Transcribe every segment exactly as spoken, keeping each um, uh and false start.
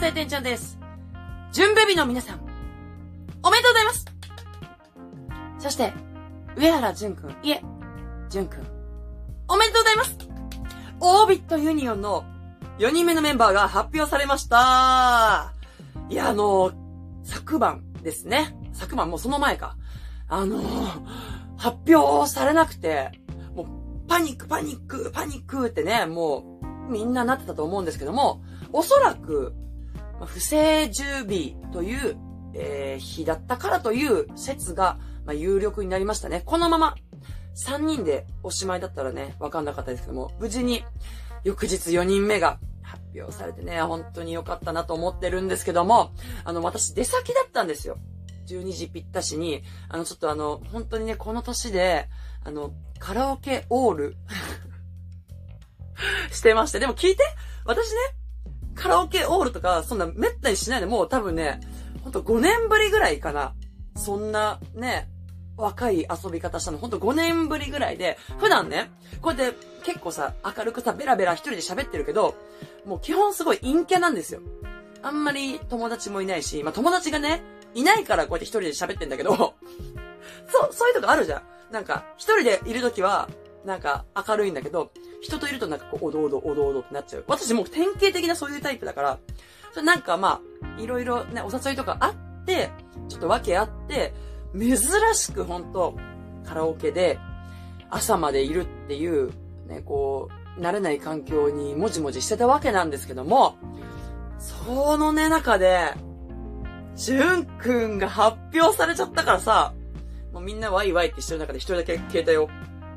せ、てんちゃんです。準備日の皆さん、おめでとうございます。そして、上原淳くん、いえ、淳くん、おめでとうございます。オービットユニオンのよにんめのメンバーが発表されました。いや、あのー、昨晩ですね。昨晩もうその前か。あのー、発表されなくて、もうパニックパニックパニックってね、もうみんななってたと思うんですけども、おそらく、不正受日という、えー、日だったからという説が、まあ、有力になりましたね。このままさんにんでおしまいだったらね、わかんなかったですけども、無事に翌日よにんめが発表されてね、本当に良かったなと思ってるんですけども、あの、私出先だったんですよ。じゅうにじぴったしに、あの、ちょっとあの、本当にね、この年で、あの、カラオケオールしてまして、でも聞いて、私ね、カラオケオールとか、そんなめったにしないで、もう多分ね、ほんとごねんぶりぐらいかな。そんなね、若い遊び方したの、ほんとごねんぶりぐらいで、普段ね、こうやって結構さ、明るくさ、ベラベラ一人で喋ってるけど、もう基本すごい陰キャなんですよ。あんまり友達もいないし、まあ友達がね、いないからこうやって一人で喋ってんだけど、そう、そういうとこあるじゃん。なんか、一人でいるときは、なんか明るいんだけど、人といるとなんかこう、おどおどおどおどってなっちゃう。私もう典型的なそういうタイプだから、それなんかまあ、いろいろね、お誘いとかあって、ちょっと訳あって、珍しくほんと、カラオケで朝までいるっていう、ね、こう、慣れない環境にもじもじしてたわけなんですけども、そのね、中で、じゅんくんが発表されちゃったからさ、もうみんなワイワイってしてる中で一人だけ携帯を、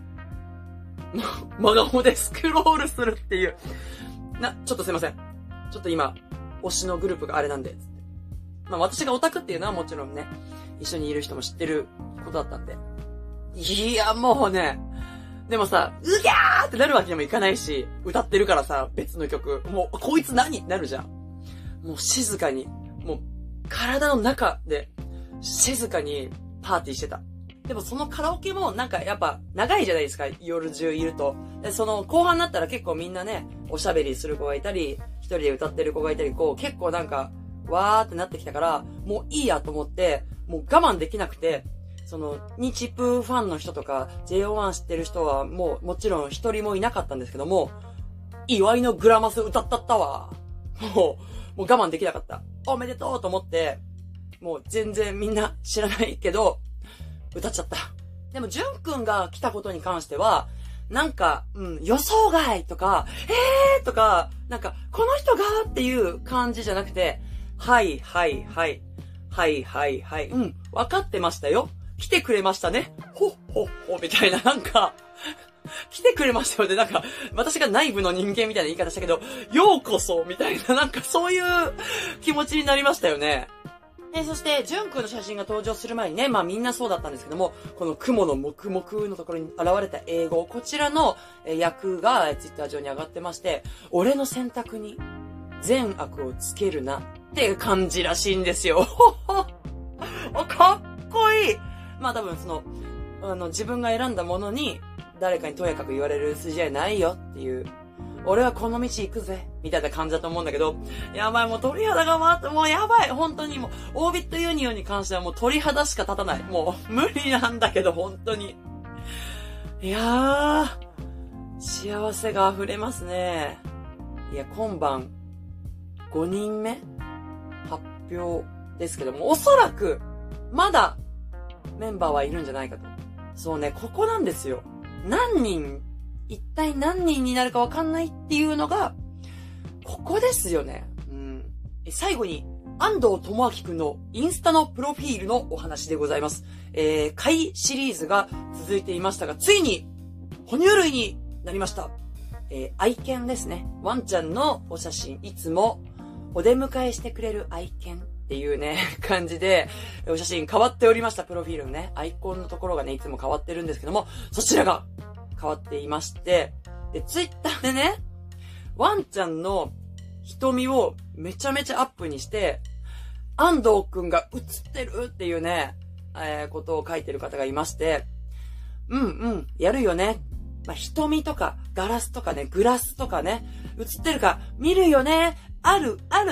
真顔でスクロールするっていう。な、ちょっとすいません。ちょっと今、推しのグループがあれなんで、つって。まあ私がオタクっていうのはもちろんね、一緒にいる人も知ってることだったんで。いや、もうね、でもさ、うぎゃーってなるわけにもいかないし、歌ってるからさ、別の曲。もう、こいつ何ってなるじゃん。もう静かに、もう、体の中で、静かにパーティーしてた。でもそのカラオケもなんかやっぱ長いじゃないですか、夜中いると。で、その後半になったら結構みんなね、おしゃべりする子がいたり、一人で歌ってる子がいたり、こう結構なんか、わーってなってきたから、もういいやと思って、もう我慢できなくて、その、日プファンの人とか、ジェイオーワン 知ってる人はもうもちろん一人もいなかったんですけども、祝いのグラマス歌ったったわ。もう、もう我慢できなかった。おめでとうと思って、もう全然みんな知らないけど、歌っちゃった。でも、じゅんくんが来たことに関しては、なんか、うん、予想外とか、えーとか、なんか、この人がっていう感じじゃなくて、はい、はい、はい、はい、はい、はい、うん、わかってましたよ。来てくれましたね。ほっほっほ、みたいな、なんか、来てくれましたよね。なんか、私が内部の人間みたいな言い方したけど、ようこそみたいな、なんかそういう気持ちになりましたよね。えー、そして、じゅんくんの写真が登場する前にね、まあみんなそうだったんですけども、この雲の黙々のところに現れた英語、こちらの役がツイッター上に上がってまして、俺の選択に善悪をつけるなっていう感じらしいんですよ。かっこいい。まあ多分その、あの、自分が選んだものに誰かにとやかく言われる筋合いないよっていう、俺はこの道行くぜみたいな感じだと思うんだけど、やばい、もう鳥肌が回って、もうやばい、本当にもう、オービットユニオンに関してはもう鳥肌しか立たない。もう無理なんだけど、本当に。いやー、幸せが溢れますね。いや、今晩、ごにんめ発表ですけども、おそらく、まだ、メンバーはいるんじゃないかと。そうね、ここなんですよ。何人、一体何人になるかわかんないっていうのが、ここですよね。うん。え、最後に、安藤智明くんのインスタのプロフィールのお話でございます。えー、貝シリーズが続いていましたが、ついに、哺乳類になりました。えー、愛犬ですね。ワンちゃんのお写真、いつもお出迎えしてくれる愛犬っていうね、感じで、お写真変わっておりました。プロフィールのね、アイコンのところがね、いつも変わってるんですけども、そちらが変わっていまして、で、ツイッターでね、ワンちゃんの瞳をめちゃめちゃアップにして、安藤くんが映ってるっていうね、えー、ことを書いてる方がいまして、うんうん、やるよね。まあ、瞳とかガラスとかね、グラスとかね、映ってるか見るよね。ある、ある。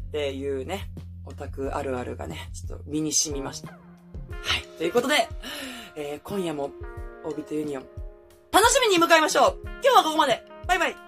っていうね、オタクあるあるがね、ちょっと身に染みました。はい。ということで、えー、今夜もオービットユニオン、楽しみに向かいましょう。今日はここまで。バイバイ。